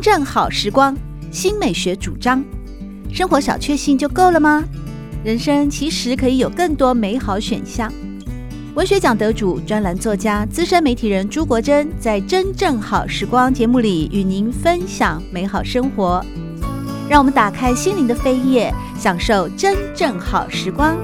正好时光，新美学主张。生活小确幸就够了吗？人生其实可以有更多美好选项。文学奖得主、专栏作家、资深媒体人朱国珍在《真正好时光》节目里与您分享美好生活。让我们打开心灵的扉页，享受真正好时光。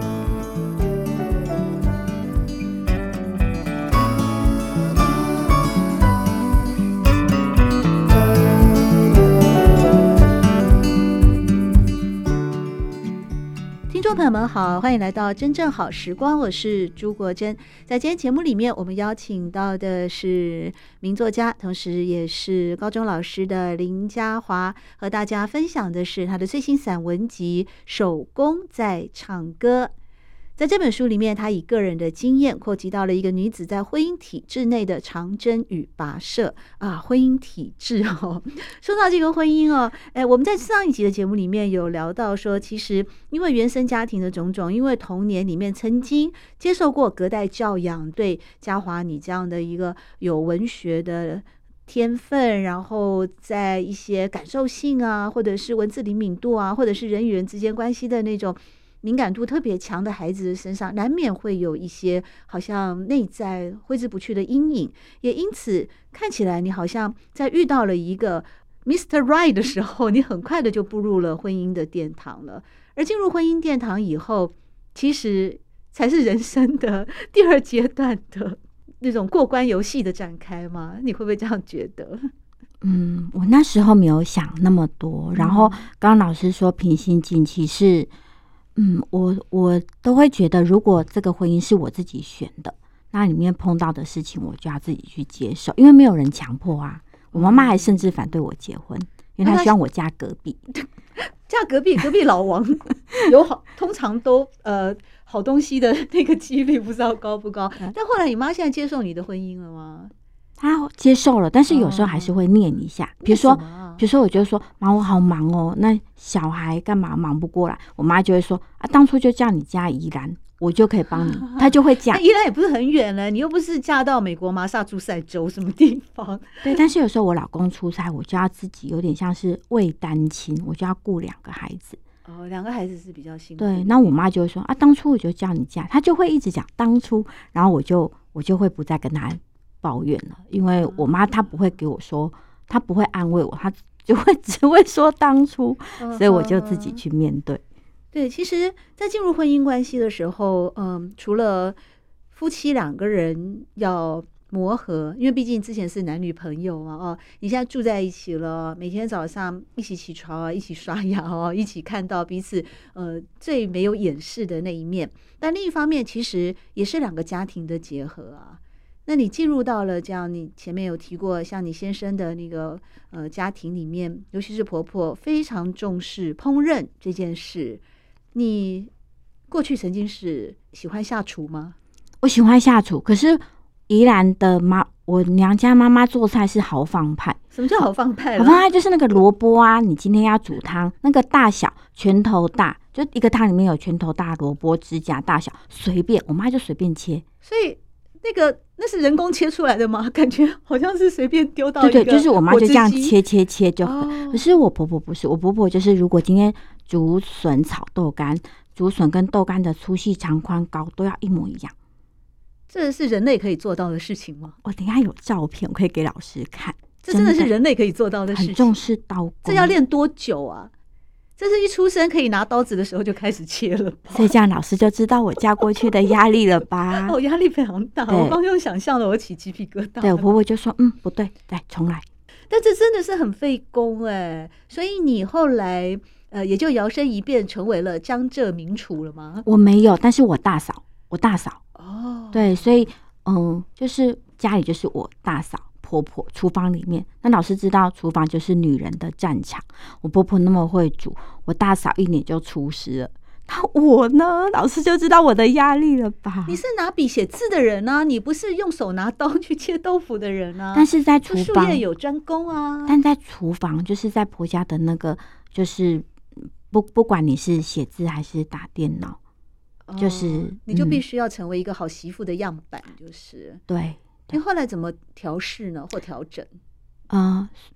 听众朋友们好，欢迎来到真正好时光，我是朱国珍。在今天节目里面，我们邀请到的是名作家，同时也是高中老师的林嘉华，和大家分享的是他的最新散文集《手工在唱歌》。在这本书里面，他以个人的经验扩及到了一个女子在婚姻体制内的长征与跋涉啊，婚姻体制哦。说到这个婚姻哦，我们在上一集的节目里面有聊到说，其实因为原生家庭的种种，因为童年里面曾经接受过隔代教养，对嘉华你这样的一个有文学的天分，然后在一些感受性啊，或者是文字灵敏度啊，或者是人与人之间关系的那种敏感度特别强的孩子的身上，难免会有一些好像内在挥之不去的阴影，也因此看起来你好像在遇到了一个 Mr. Right 的时候，你很快的就步入了婚姻的殿堂了。而进入婚姻殿堂以后，其实才是人生的第二阶段的那种过关游戏的展开吗？你会不会这样觉得？ 我那时候没有想那么多，然后刚刚老师说平心静气是我都会觉得，如果这个婚姻是我自己选的，那里面碰到的事情我就要自己去接受，因为没有人强迫啊。我妈妈还甚至反对我结婚，因为她希望我嫁隔壁。 嫁隔壁老王有通常都好东西的那个几率不知道高不高。但后来你妈现在接受你的婚姻了吗？ 她接受了，但是有时候还是会念一下。比如说我就说妈，我好忙哦，那小孩干嘛忙不过来？我妈就会说啊，当初就叫你嫁宜兰，我就可以帮你。她就会讲， 宜兰也不是很远了，你又不是嫁到美国马萨诸塞州什么地方。 对，但是有时候我老公出差，我就要自己有点像是为单亲，我就要顾2个孩子。 2个孩子是比较辛苦。 对，那我妈就会说啊，当初我就叫你嫁，她就会一直讲当初，然后我就会不再跟她抱怨了，因为我妈她不会给我说，她不会安慰我，她只会说当初，所以我就自己去面对。 对，其实在进入婚姻关系的时候，除了夫妻2个人要磨合，因为毕竟之前是男女朋友啊，你现在住在一起了，每天早上一起起床啊，一起刷牙啊，一起看到彼此最没有掩饰的那一面。但另一方面，其实也是2个家庭的结合啊。那你进入到了这样，你前面有提过，像你先生的那个家庭里面，尤其是婆婆非常重视烹饪这件事。你过去曾经是喜欢下厨吗？ 我喜欢下厨，可是宜兰的我娘家妈妈做菜是豪放派。 什么叫豪放派？ 豪放派就是那个萝卜啊，你今天要煮汤，那个大小拳头大，就一个汤里面有拳头大萝卜指甲大小，随便我妈就随便切。 所以那是人工切出来的吗？感觉好像是随便丢到一个。 对，就是我妈就这样切就好。可是我婆婆不是，我婆婆就是如果今天竹笋炒豆干，竹笋跟豆干的粗细长宽高都要一模一样。 这是人类可以做到的事情吗？ 我等一下有照片，我可以给老师看。 这真的是人类可以做到的事情。 很重视刀工。 这要练多久啊？这是一出生可以拿刀子的时候就开始切了吧？ 所以这样老师就知道我嫁过去的压力了吧？ 压力非常大，我刚用想象的我起鸡皮疙瘩。 对，我婆婆就说不对，来重来。 但这真的是很费工所以你后来也就摇身一变成为了江浙名厨了吗？ 我没有，但是我大嫂哦， 对，所以就是家里就是我大嫂婆婆，厨房里面，那老师知道厨房就是女人的战场。我婆婆那么会煮，我大嫂1年就出师了，那我呢？老师就知道我的压力了吧？ 你是拿笔写字的人啊，你不是用手拿刀去切豆腐的人啊。 但是在厨房术业有专攻啊。 但在厨房就是在婆家的那个，就是不管你是写字还是打电脑，就是你就必须要成为一个好媳妇的样板，就是对。 你后来怎么调试呢，或调整？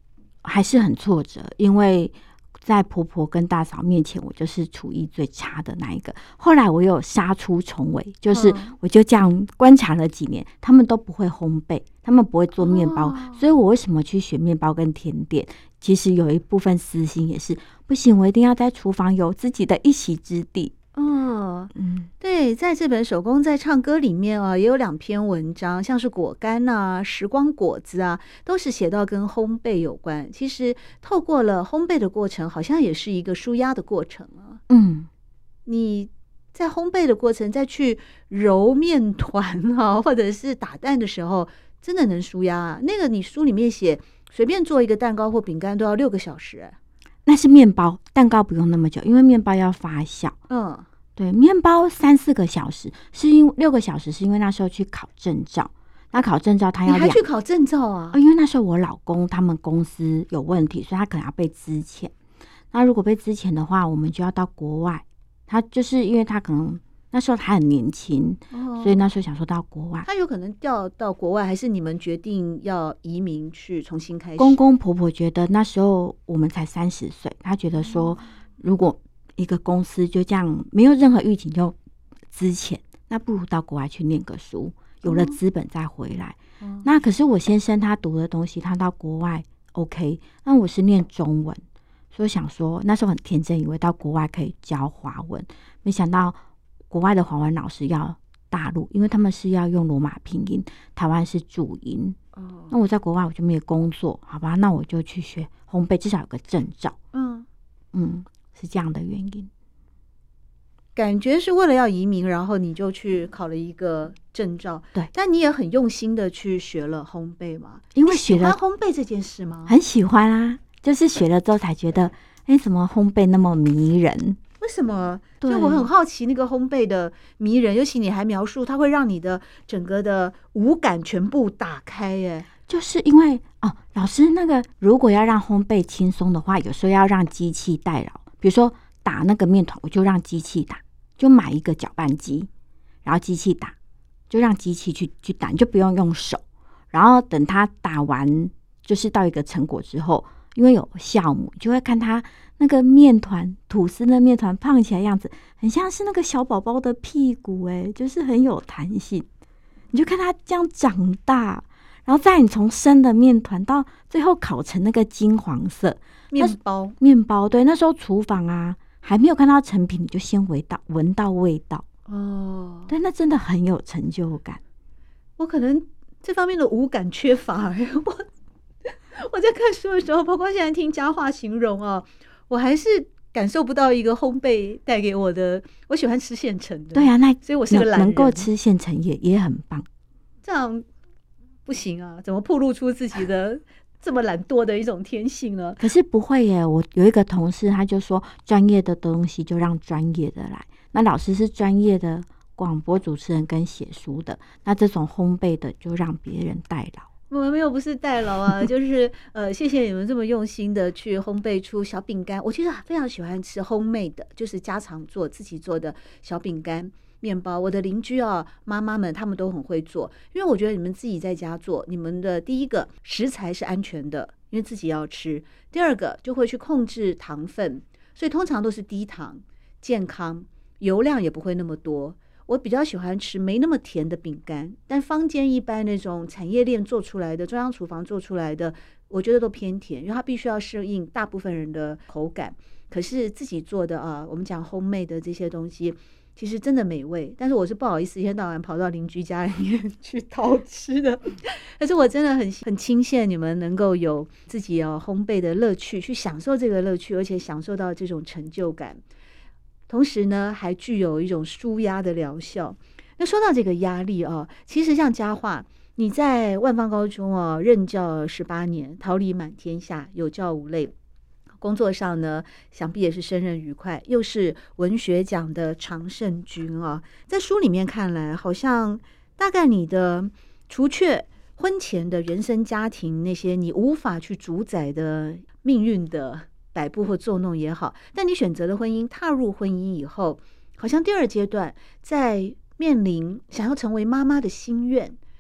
还是很挫折，因为在婆婆跟大嫂面前，我就是厨艺最差的那一个。后来我有杀出重围，就是我就这样观察了几年，他们都不会烘焙，他们不会做面包，所以我为什么去学面包跟甜点？其实有一部分私心也是不行，我一定要在厨房有自己的一席之地。 对，在这本手工在唱歌里面啊，也有2篇文章，像是果干啊、时光果子啊，都是写到跟烘焙有关。其实透过了烘焙的过程，好像也是一个抒压的过程啊。你在烘焙的过程，再去揉面团啊，或者是打蛋的时候，真的能舒压啊。那个你书里面写，随便做一个蛋糕或饼干都要6个小时。 那是面包，蛋糕不用那么久，因为面包要发酵。对，面包3-4个小时，是因为6个小时，是因为那时候去考证照。那考证照他要你还去考证照啊？ 因为那时候我老公他们公司有问题，所以他可能要被资遣。那如果被资遣的话，我们就要到国外。他就是因为他可能那时候还很年轻，所以那时候想说到国外。 他有可能调到国外，还是你们决定要移民去重新开始？ 公公婆婆觉得那时候我们才30岁，他觉得说如果一个公司就这样没有任何预警就资遣，那不如到国外去念个书，有了资本再回来。那可是我先生他读的东西，他到国外 OK， 那我是念中文，所以想说那时候很天真，以为到国外可以教华文，没想到国外的华文老师要大陆，因为他们是要用罗马拼音，台湾是注音。那我在国外我就没有工作，好吧，那我就去学烘焙，至少有个证照。是这样的原因。 感觉是为了要移民，然后你就去考了一个证照。 对， 但你也很用心的去学了烘焙嘛？ 因为学了你喜欢烘焙这件事吗？ 很喜欢啊，就是学了之后才觉得，怎么烘焙那么迷人？ 为什么？所以我很好奇那个烘焙的迷人，尤其你还描述它会让你的整个的五感全部打开耶。 就是因为老师那个如果要让烘焙轻松的话，有时候要让机器代劳。比如说打那个面团，我就让机器打，就买一个搅拌机，然后机器打，就让机器去打，你就不用用手。然后等它打完，就是到一个成果之后，因为有酵母，就会看它那个面团，吐司的面团胖起来的样子，很像是那个小宝宝的屁股，就是很有弹性。你就看它这样长大，然后再你从生的面团到最后烤成那个金黄色面包，对，那时候厨房啊还没有看到成品，你就先闻到味道。对，那真的很有成就感。 我可能这方面的五感缺乏。我在看书的时候，包括现在听佳话形容啊，我还是感受不到一个烘焙带给我的。我喜欢吃现成的。 对啊，那所以我是个懒人， 能够吃现成也很棒。 这样不行啊，怎么暴露出自己的这么懒惰的一种天性呢？ 可是不会耶，我有一个同事，他就说专业的东西就让专业的来。那老师是专业的广播主持人跟写书的，那这种烘焙的就让别人代劳。 我们又不是代劳啊，就是谢谢你们这么用心的去烘焙出小饼干。我其实非常喜欢吃homemade的，就是家常做自己做的小饼干面包。我的邻居啊，妈妈们他们都很会做，因为我觉得你们自己在家做，你们的第一个食材是安全的，因为自己要吃；第二个就会去控制糖分，所以通常都是低糖、健康，油量也不会那么多。我比较喜欢吃没那么甜的饼干，但坊间一般那种产业链做出来的、中央厨房做出来的，我觉得都偏甜，因为它必须要适应大部分人的口感。可是自己做的我们讲homemade的这些东西，其实真的美味。但是我是不好意思一天到晚跑到邻居家里面去讨吃的。可是我真的很钦羡你们能够有自己烘焙的乐趣，去享受这个乐趣，而且享受到这种成就感。同时呢，还具有一种抒压的疗效。那说到这个压力其实像佳话，你在万芳高中任教18年，桃李满天下，有教无类。工作上呢，想必也是胜任愉快，又是文学奖的常胜军在书里面看来，好像大概你的除却婚前的原生家庭那些你无法去主宰的命运的摆布或作弄也好，但你选择了婚姻，踏入婚姻以后，好像第二阶段在面临想要成为妈妈的心愿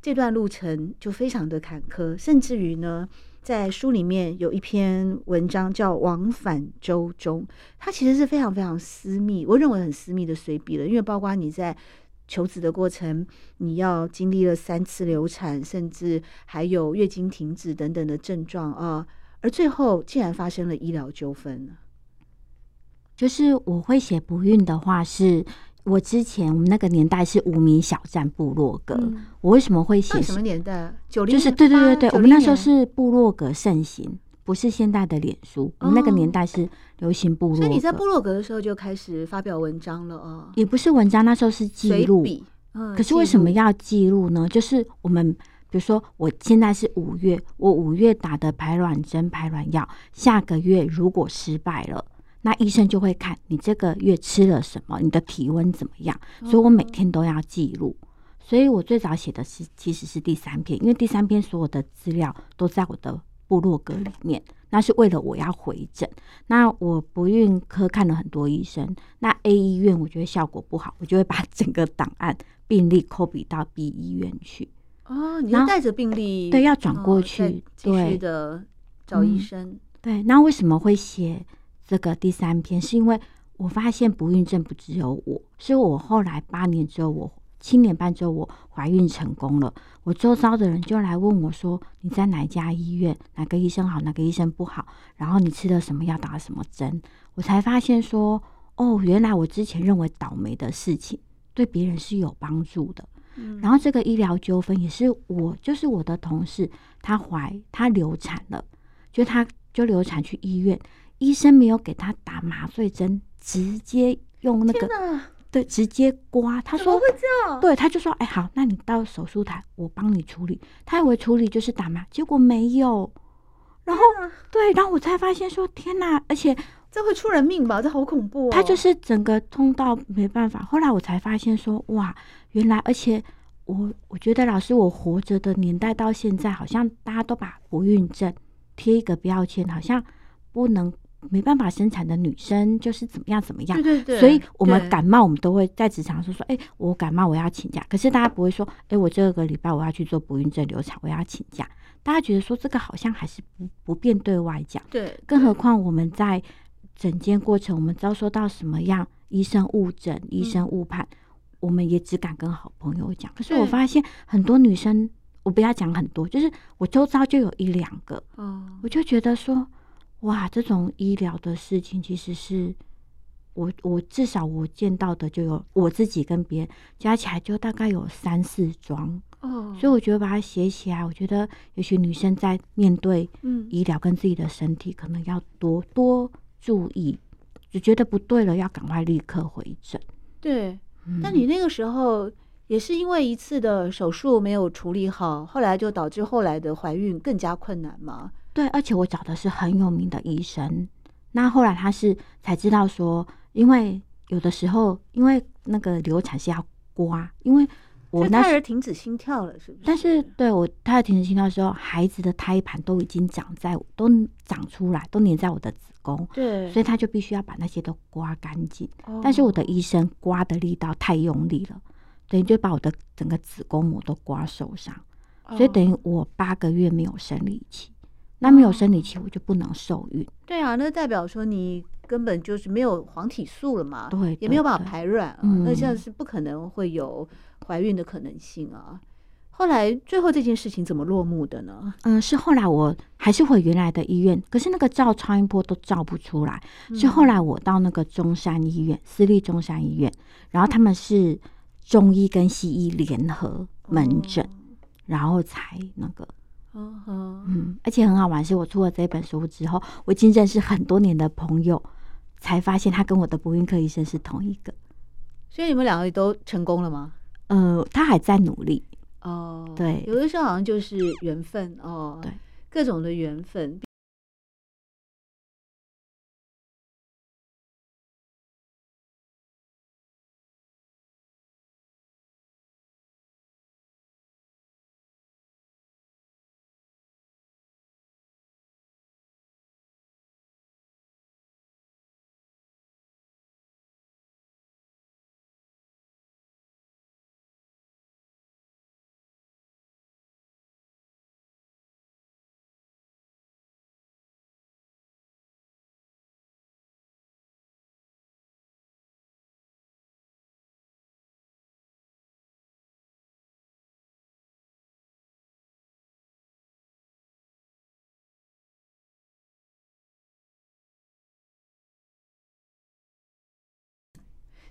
这段路程就非常的坎坷，甚至于呢，在书里面有一篇文章叫《往返舟中》，它其实是非常非常私密，我认为很私密的随笔了，因为包括你在求子的过程，你要经历了3次流产，甚至还有月经停止等等的症状啊，而最后竟然发生了医疗纠纷。 就是我会写不孕的话是，我之前我们那个年代是无名小站部落格，我为什么会写？ 什么年代？90年， 就是对，我们那时候年是部落格盛行，不是现在的脸书。我们那个年代是流行部落格， 所以你在部落格的时候就开始发表文章了哦。 也不是文章，那时候是记录。可是为什么要记录呢？就是我们比如说，我现在是5月，我5月打的排卵针、排卵药，下个月如果失败了。那医生就会看你这个月吃了什么，你的体温怎么样，所以我每天都要记录。所以我最早写的其实是第3篇，因为第3篇所有的资料都在我的部落格里面，那是为了我要回诊。那我不孕科看了很多医生，那 A 医院我觉得效果不好，我就会把整个档案病历 copy 到 B 医院去。 你就带着病历， 对，要转过去， 继续的找医生。 对，那为什么会写这个第3篇？是因为我发现不孕症不只有我，是我后来8年之后，7年半之后我怀孕成功了，我周遭的人就来问我说，你在哪一家医院，哪个医生好，哪个医生不好，然后你吃了什么药，打了什么针，我才发现说，原来我之前认为倒霉的事情对别人是有帮助的。然后这个医疗纠纷也是就是我的同事，她流产了，她就流产去医院，医生没有给她打麻醉针，直接用那个对直接刮。他说怎么会这样？ 对，他就说好，那你到手术台我帮你处理。他以为处理就是打麻，结果没有。然后对，然后我才发现说天哪，而且这会出人命吧？这好恐怖哦！ 他就是整个通道没办法。后来我才发现说哇，原来而且我觉得老师，我活着的年代到现在，好像大家都把不孕症贴一个标签，好像没办法生产的女生就是怎么样怎么样。 对， 所以我们感冒，我们都会在职场说我感冒我要请假。可是大家不会说我这个礼拜我要去做不孕症流产，我要请假。大家觉得说这个好像还是不便对外讲。 对， 更何况我们在诊间过程，我们遭受到什么样医生误诊、医生误判，我们也只敢跟好朋友讲。可是我发现很多女生，我不要讲很多，就是我周遭就有1-2个，我就觉得说哇，这种医疗的事情其实是我至少我见到的就有我自己跟别人加起来就大概有3-4桩。所以我觉得把它写起来，我觉得也许女生在面对医疗跟自己的身体，可能要多注意，就觉得不对了，要赶快立刻回诊。 对，但你那个时候也是因为一次的手术没有处理好，后来就导致后来的怀孕更加困难吗？ 对，而且我找的是很有名的医生，那后来他才知道说，因为有的时候因为那个流产是要刮，因为我胎儿停止心跳了，是不是？ 但是对我胎儿停止心跳的时候，孩子的胎盘都已经长出来，都粘在我的子宫， 对， 所以他就必须要把那些都刮干净。但是我的医生刮的力道太用力了，等于就把我的整个子宫膜都刮受伤，所以等于我8个月没有生理期。那没有生理期，我就不能受孕。 对啊，那代表说你根本就是没有黄体素了嘛， 对， 也没有办法排卵那这样是不可能会有怀孕的可能性啊。后来最后这件事情怎么落幕的呢？ 是后来我还是回原来的医院，可是那个照超音波都照不出来，是后来我到那个中山医院，私立中山医院，然后他们是中医跟西医联合门诊，然后才那个。而且很好玩，是我出了这本书之后，我已经认识很多年的朋友，才发现他跟我的不孕科医生是同一个。 所以你们2个都成功了吗？ 他还在努力。对， 有的时候好像就是缘分对， 各种的缘分。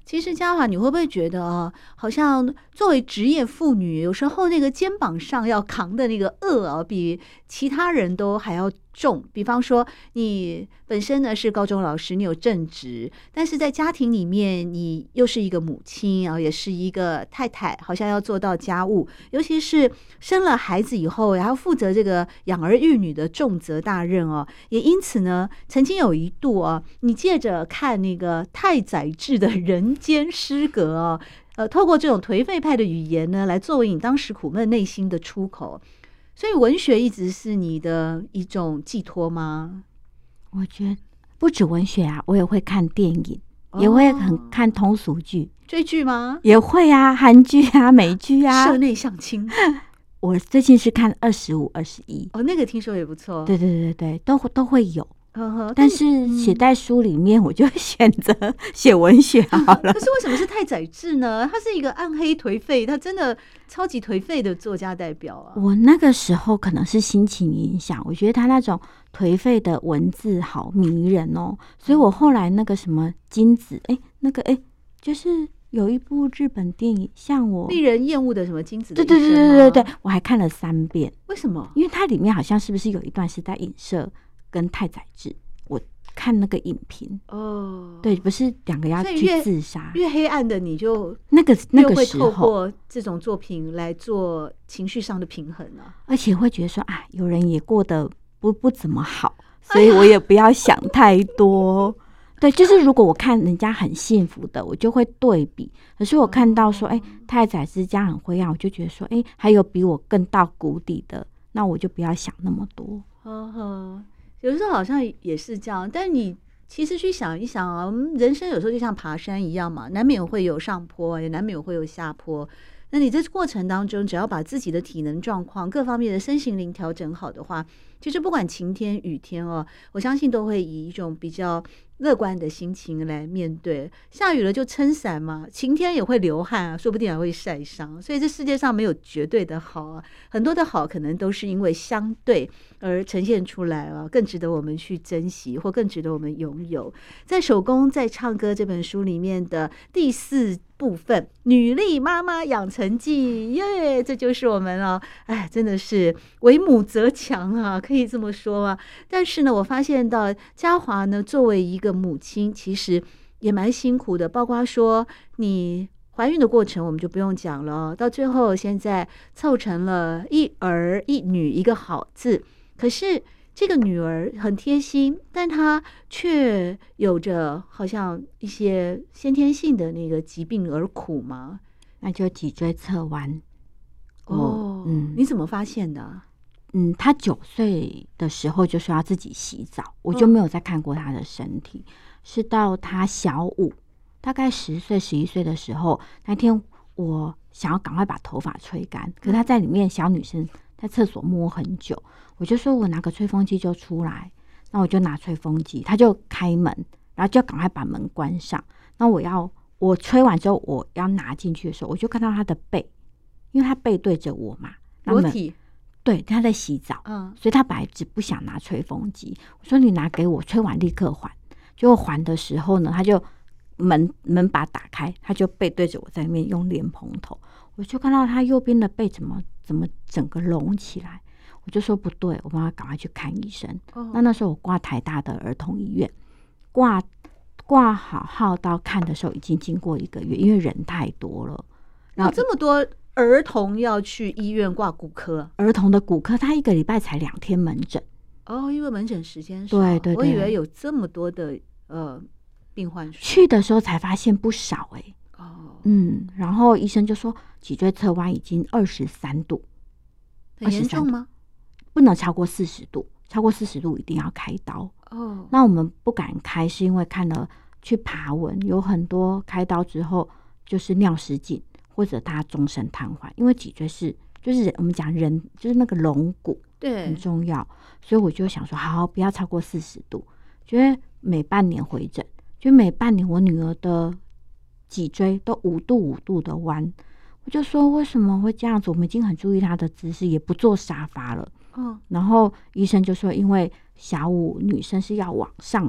其实嘉华，你会不会觉得啊，好像作为职业妇女，有时候那个肩膀上要扛的那个啊，比其他人都还要重。比方说，你本身呢是高中老师，你有正职，但是在家庭里面，你又是一个母亲啊，也是一个太太，好像要做到家务，尤其是生了孩子以后，还要负责这个养儿育女的重责大任哦。也因此呢，曾经有一度啊，你借着看那个太宰治的人间失格哦，透过这种颓废派的语言呢，来作为你当时苦闷内心的出口。所以文学一直是你的一种寄托吗？ 我觉得不止文学啊，我也会看电影，也会很看通俗剧。 追剧吗？ 也会啊，韩剧啊，美剧啊。 社内相亲。 我最近是看25、21。 那个听说也不错。 对对对对，都会有。但是写在书里面，我就选择写文学好了。 可是为什么是太宰治呢？他是一个暗黑颓废，他真的超级颓废的作家代表啊。 我那个时候可能是心情影响，我觉得他那种颓废的文字好迷人哦，所以我后来那个什么金子，就是有一部日本电影，像我令人厌恶的什么金子的一生， 对对对对对对，我还看了3遍。 为什么？ 因为它里面好像是不是有一段是在影射跟太宰治，我看那个影评对，不是2个要去自杀， 越黑暗的你就那个时候会透过这种作品来做情绪上的平衡啊， 而且会觉得说啊，有人也过得不怎么好，所以我也不要想太多。对，就是如果我看人家很幸福的，我就会对比。可是我看到说，太宰治家很灰暗，我就觉得说，还有比我更到谷底的，那我就不要想那么多。 有时候好像也是这样，但你其实去想一想啊，人生有时候就像爬山一样嘛，难免会有上坡，也难免会有下坡。那你在过程当中，只要把自己的体能状况、各方面的身心灵调整好的话，其实不管晴天雨天哦，我相信都会以一种比较乐观的心情来面对。下雨了就撑伞嘛，晴天也会流汗啊，说不定还会晒伤。所以这世界上没有绝对的好啊，很多的好可能都是因为相对而呈现出来啊，更值得我们去珍惜，或更值得我们拥有。在手工在唱歌这本书里面的第4部分，女力妈妈养成记，耶，这就是我们哦，真的是为母则强啊，可以这么说啊。但是呢，我发现到嘉华呢，作为一个母亲，其实也蛮辛苦的，包括说你怀孕的过程，我们就不用讲了，到最后现在凑成了1儿1女1个好字，可是这个女儿很贴心，但她却有着好像一些先天性的那个疾病而苦吗？ 那就脊椎侧弯。 你怎么发现的？ 她9岁的时候就说要自己洗澡，我就没有再看过她的身体。是到她小5，大概10岁、11岁的时候，那天我想要赶快把头发吹干，可是她在里面，小女生在厕所摸很久。我就说我拿个吹风机就出来，那我就拿吹风机，他就开门，然后就赶快把门关上。那我吹完之后，我要拿进去的时候，我就看到他的背，因为他背对着我嘛， 裸体， 对，他在洗澡，所以他本来只不想拿吹风机。我说你拿给我，吹完立刻还。结果还的时候呢，他就门把打开，他就背对着我在那边用莲蓬头，我就看到他右边的背怎么整个隆起来。我就说不对，我帮他赶快去看医生。那时候我挂台大的儿童医院，挂好号到看的时候已经经过1个月，因为人太多了。 然后这么多儿童要去医院挂骨科， 儿童的骨科他1个礼拜才2天门诊。 因为门诊时间少。 对对对， 我以为有这么多的病患数。 去的时候才发现不少然后医生就说脊椎侧弯已经23度， 很严重吗？ 不能超过40度，超过40度一定要开刀。那我们不敢开，是因为看了去爬文，有很多开刀之后就是尿失禁，或者他终身瘫痪，因为脊椎就是我们讲人就是那个龙骨， 对， 很重要。所以我就想说，好，不要超过40度，觉得每半年回诊，就每半年我女儿的脊椎都5度的弯。我就说为什么会这样子？我们已经很注意她的姿势，也不坐沙发了。然后医生就说，因为小5女生是要往上长，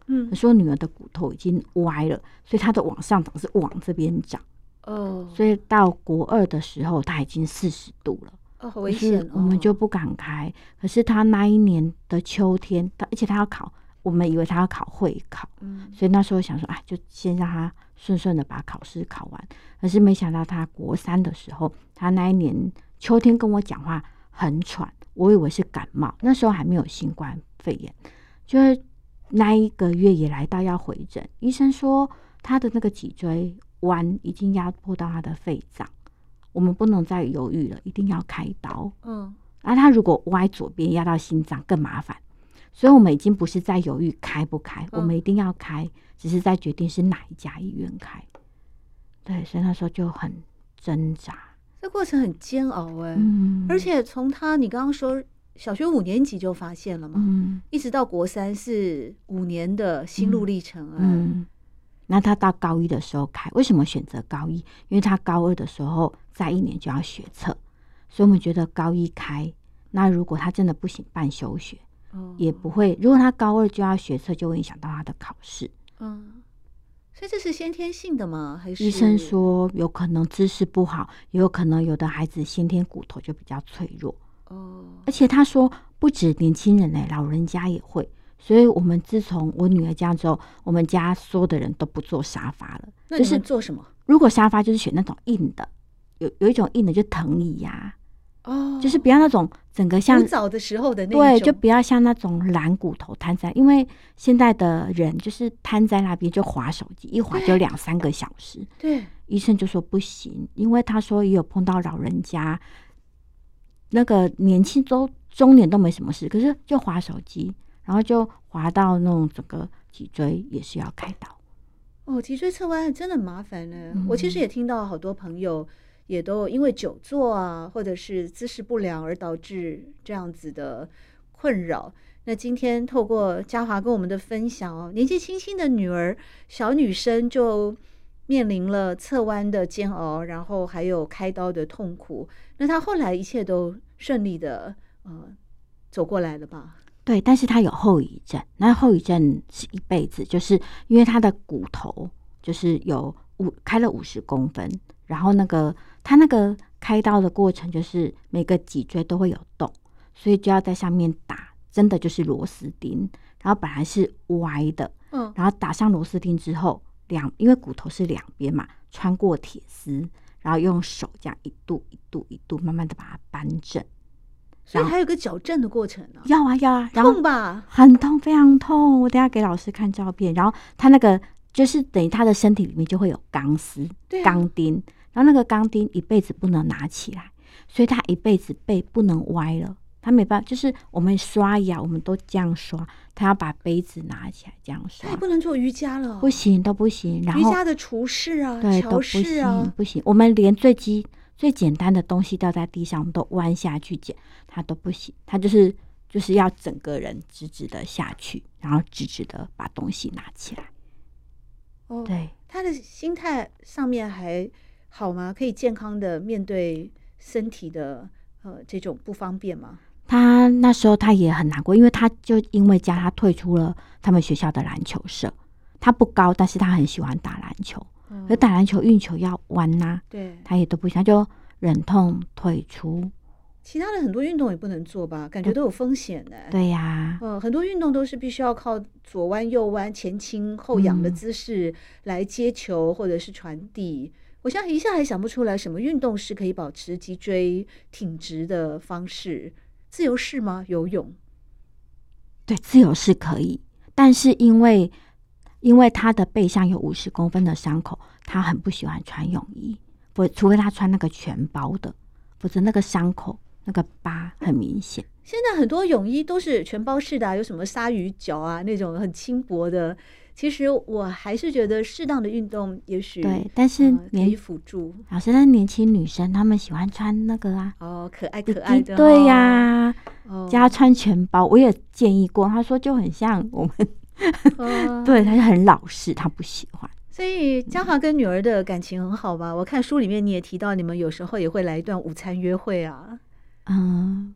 可是我女儿的骨头已经歪了，所以她的往上长是往这边长。所以到国2的时候，她已经40度了。 好危险！ 我们就不敢开。可是她那一年的秋天，而且她要考，我们以为她要考会考，所以那时候想说，就先让她顺顺的把考试考完。可是没想到她国3的时候，她那一年秋天跟我讲话很喘，我以为是感冒，那时候还没有新冠肺炎，就是那一个月也来到要回诊，医生说她的那个脊椎弯已经压迫到她的肺脏，我们不能再犹豫了，一定要开刀。她如果歪左边压到心脏更麻烦，所以我们已经不是在犹豫开不开，我们一定要开，只是在决定是哪一家医院开。对，所以那时候就很挣扎， 这过程很煎熬而且从你刚刚说小学5年级就发现了嘛，一直到国3是5年的心路历程那他到高1的时候开，为什么选择高1？因为他高2的时候再1年就要学测，所以我们觉得高1开，那如果他真的不行办休学，也不会，如果他高2就要学测，就会影响到他的考试。 所以这是先天性的吗？还是医生说有可能姿势不好，也有可能有的孩子先天骨头就比较脆弱。而且他说不止年轻人老人家也会。所以我们自从我女儿家之后，我们家所有的人都不坐沙发了。 那你们做什么？ 如果沙发就是选那种硬的，有一种硬的就藤椅就是不要那种整个像古早的时候的那种， 对，就不要像那种懒骨头瘫在，因为现在的人就是瘫在那边就滑手机，一滑就2-3个小时。 对， 医生就说不行，因为他说也有碰到老人家，那个年轻中年都没什么事，可是就滑手机。然后就滑到那种整个脊椎也是要开刀。 脊椎侧弯真的很麻烦我其实也听到好多朋友也都因为久坐或者是姿势不良而导致这样子的困扰。那今天透过嘉华跟我们的分享年纪轻轻的女儿小女生就面临了侧弯的煎熬，然后还有开刀的痛苦。那她后来一切都顺利的走过来了吧？ 对，但是他有后遗症，那后遗症是一辈子，就是因为他的骨头就是开了50公分，然后他那个开刀的过程就是每个脊椎都会有洞，所以就要在上面打，真的就是螺丝钉，然后本来是歪的，然后打上螺丝钉之后，因为骨头是两边嘛，穿过铁丝，然后用手这样一度一度一度慢慢的把它扳正。 所以还有个矫正的过程要啊， 痛吧？ 很痛，非常痛。我等一下给老师看照片。然后他那个就是等于他的身体里面就会有钢丝、钢钉，然后那个钢钉一辈子不能拿起来，所以他一辈子背不能歪了。他没办法，就是我们刷牙，我们都这样刷，他要把杯子拿起来这样刷。 他也不能做瑜伽了， 不行，都不行。然后瑜伽的厨师对， 乔氏不行。我们连最简单的东西掉在地上，我们都弯下去捡，他都不行。他就是要整个人直直的下去，然后直直的把东西拿起来。对， 他的心态上面还好吗？可以健康的面对身体的这种不方便吗？ 他那时候他也很难过，因为他他退出了他们学校的篮球社。他不高，但是他很喜欢打篮球。可打篮球运球要弯对， 他也都不行，他就忍痛退出。 其他的很多运动也不能做吧，感觉都有风险对呀， 很多运动都是必须要靠左弯右弯、前倾后仰的姿势来接球或者是传递。我现在一下还想不出来什么运动是可以保持脊椎挺直的方式。自由式吗？游泳？ 对，自由式可以，但是因为他的背上有50公分的伤口，他很不喜欢穿泳衣，除非他穿那个全包的，否则那个伤口那个疤很明显。 现在很多泳衣都是全包式的有什么鲨鱼脚那种很轻薄的。其实我还是觉得适当的运动也许对，但是可以辅助。 老师，那年轻女生她们喜欢穿那个可爱可爱的对呀，叫她穿全包，我也建议过，她说就很像我们对，她就很老实，她不喜欢。 所以嘉华跟女儿的感情很好吧？我看书里面你也提到，你们有时候也会来一段午餐约会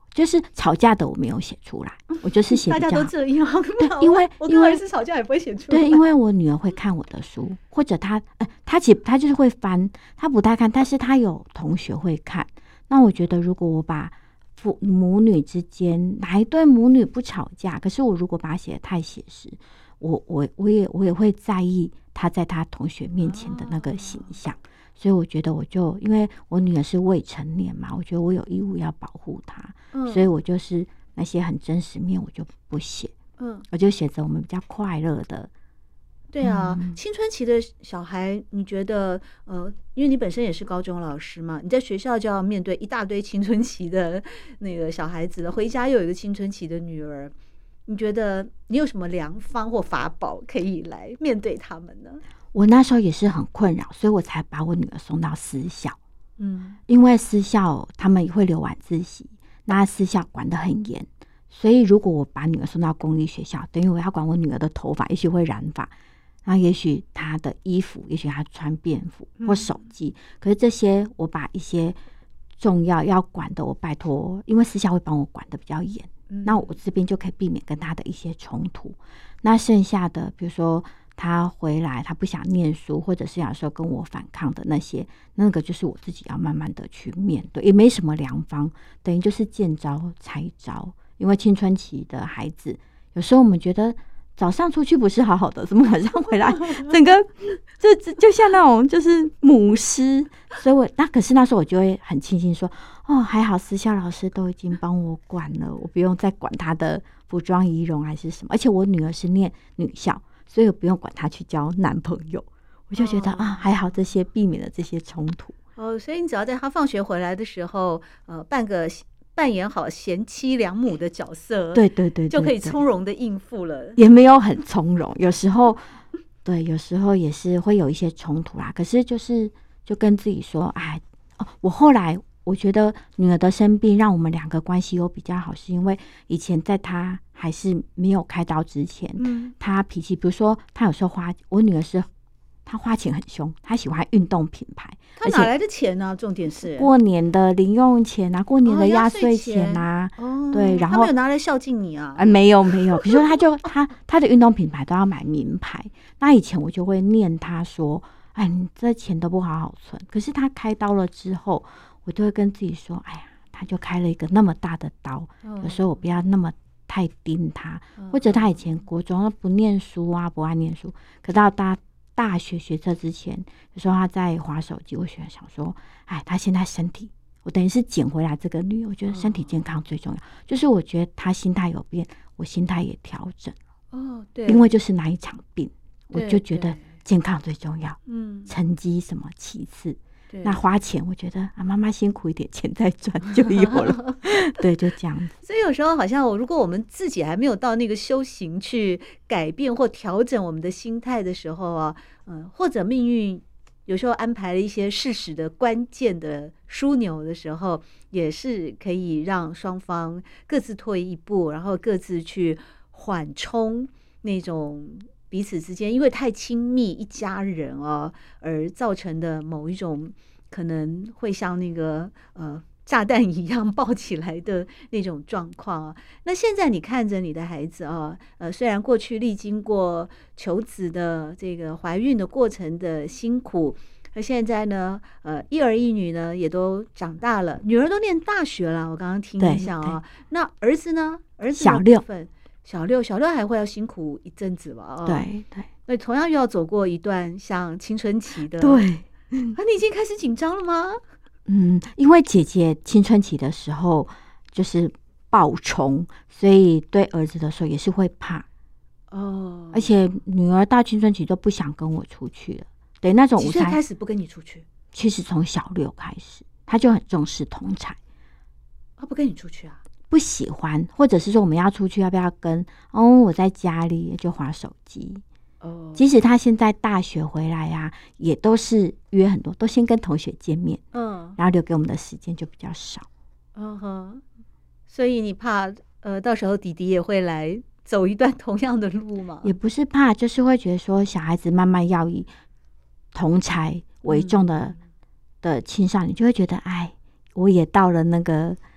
就是吵架的我没有写出来，我就是写比较大家都这样， 对，因为我跟儿子吵架也不会写出来。 对，因为我女儿会看我的书，或者她就是会翻，她不太看，但是她有同学会看。那我觉得如果我把母女之间哪一对母女不吵架，可是我如果把它写得太写实，我也会在意她在她同学面前的那个形象。所以我觉得因为我女儿是未成年嘛，我觉得我有义务要保护她，所以我就是那些很真实面我就不写，我就写着我们比较快乐的。 对啊，青春期的小孩，你觉得因为你本身也是高中老师嘛，你在学校就要面对一大堆青春期的那个小孩子了，回家又有一个青春期的女儿，你觉得你有什么良方或法宝可以来面对他们呢？ 我那时候也是很困扰，所以我才把我女儿送到私校。因为私校他们会留晚自习，那私校管得很严，所以如果我把女儿送到公立学校，等于我要管我女儿的头发，也许会染发，然后也许她的衣服，也许她穿便服或手机，可是这些我把一些重要管的我拜托，因为私校会帮我管得比较严，那我这边就可以避免跟她的一些冲突。那剩下的比如说他回来他不想念书，或者是有时候跟我反抗的那个就是我自己要慢慢的去面对，也没什么良方，等于就是见招拆招。因为青春期的孩子有时候我们觉得早上出去不是好好的，怎么晚上回来整个就像那种就是母狮。所以可是那时候我就会很庆幸说，还好私校老师都已经帮我管了，我不用再管他的服装仪容还是什么，而且我女儿是念女校，所以我不用管她去交男朋友，我就觉得还好这些避免了这些冲突。 所以你只要在她放学回来的时候，扮演好贤妻良母的角色， 对， 就可以从容的应付了。 也没有很从容，有时候也是会有一些冲突啦。可是就跟自己说，我后来我觉得女儿的生病让我们两个关系有比较好，是因为以前在她还是没有开刀之前，她脾气，比如说她有时候我女儿是她花钱很凶，她喜欢运动品牌， 她哪来的钱呢？重点是过年的零用钱啊，过年的压岁钱啊，对，然后她没有拿来孝敬你啊？ 没有，比如说她的运动品牌都要买名牌，那以前我就会念她说，你这钱都不好好存。可是她开刀了之后，我就会跟自己说，她就开了一个那么大的刀，有时候我不要那么太盯她，或者她以前国中不念书啊，不爱念书，可到大学学测之前，有时候她在滑手机，我想说，她现在身体，我等于是捡回来这个女儿，我觉得身体健康最重要，就是我觉得她心态有变，我心态也调整对， 因为就是那一场病，我就觉得健康最重要，成绩什么其次。那花钱我觉得妈妈辛苦一点，钱再赚就有了对，就这样子。 所以有时候好像如果我们自己还没有到那个修行去改变或调整我们的心态的时候啊，或者命运有时候安排了一些事实的关键的枢纽的时候，也是可以让双方各自退一步，然后各自去缓冲那种彼此之间因为太亲密一家人而造成的某一种可能会像那个炸弹一样爆起来的那种状况那现在你看着你的孩子虽然过去历经过求子的这个怀孕的过程的辛苦，而现在呢一儿一女呢也都长大了，女儿都念大学了，我刚刚听一下那儿子呢？儿子的部分小六还会要辛苦一阵子吧？ 对， 那同样又要走过一段像青春期的。 对， 你已经开始紧张了吗？ 因为姐姐青春期的时候就是暴冲，所以对儿子的时候也是会怕而且女儿到青春期都不想跟我出去了，对，那种几岁开始不跟你出去？ 其实从小6开始，他就很重视同侪不跟你出去啊？ 不喜欢，或者是说我们要出去要不要跟我在家里就滑手机即使他现在大学回来也都是约很多，都先跟同学见面然后留给我们的时间就比较少所以你怕到时候弟弟也会来走一段同样的路吗？ 也不是怕，就是会觉得说小孩子慢慢要以同侪为重的青少年，就会觉得我也到了那个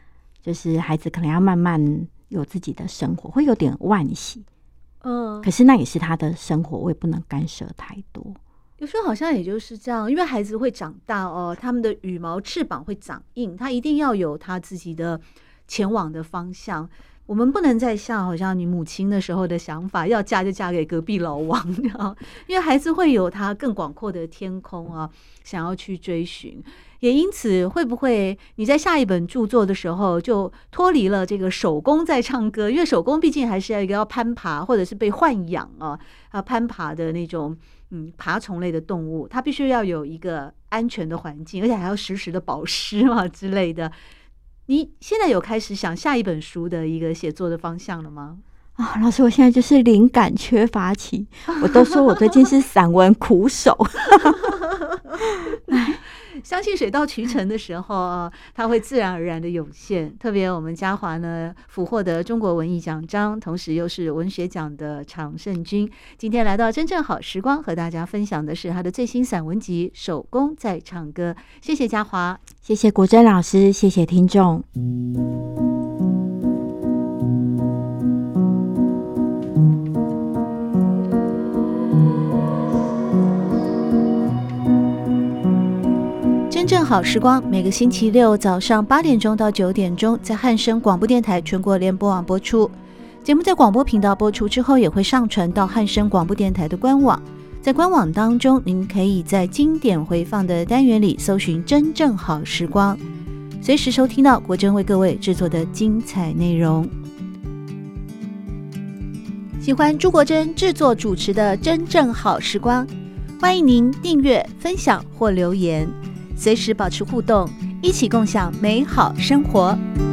就是孩子可能要慢慢有自己的生活，会有点惋惜。可是那也是他的生活，我也不能干涉太多。 有时候好像也就是这样，因为孩子会长大哦，他们的羽毛翅膀会长硬，他一定要有他自己的前往的方向。我们不能再像好像你母亲的时候的想法，要嫁就嫁给隔壁老王，因为孩子会有他更广阔的天空啊，想要去追寻。也因此，会不会你在下一本著作的时候就脱离了这个手工在唱歌？因为手工毕竟还是要一个要攀爬或者是被豢养啊攀爬的那种爬虫类的动物，它必须要有一个安全的环境，而且还要时时的保湿嘛之类的。你现在有开始想下一本书的一个写作的方向了吗？ 老师，我现在就是灵感缺乏期，我都说我最近是散文苦手。 相信水到渠成的时候它会自然而然的涌现。特别我们嘉华呢，俘获得中国文艺奖章，同时又是文学奖的常胜军。今天来到真正好时光，和大家分享的是他的最新散文集《手工在唱歌》。谢谢嘉华， 谢谢国珍老师，谢谢听众。 真正好时光，每个星期六早上8点钟到9点钟，在汉声广播电台全国联播网播出。节目在广播频道播出之后，也会上传到汉声广播电台的官网。在官网当中，您可以在经典回放的单元里搜寻真正好时光，随时收听到国珍为各位制作的精彩内容。喜欢朱国珍制作主持的真正好时光，欢迎您订阅、分享或留言，随时保持互动，一起共享美好生活。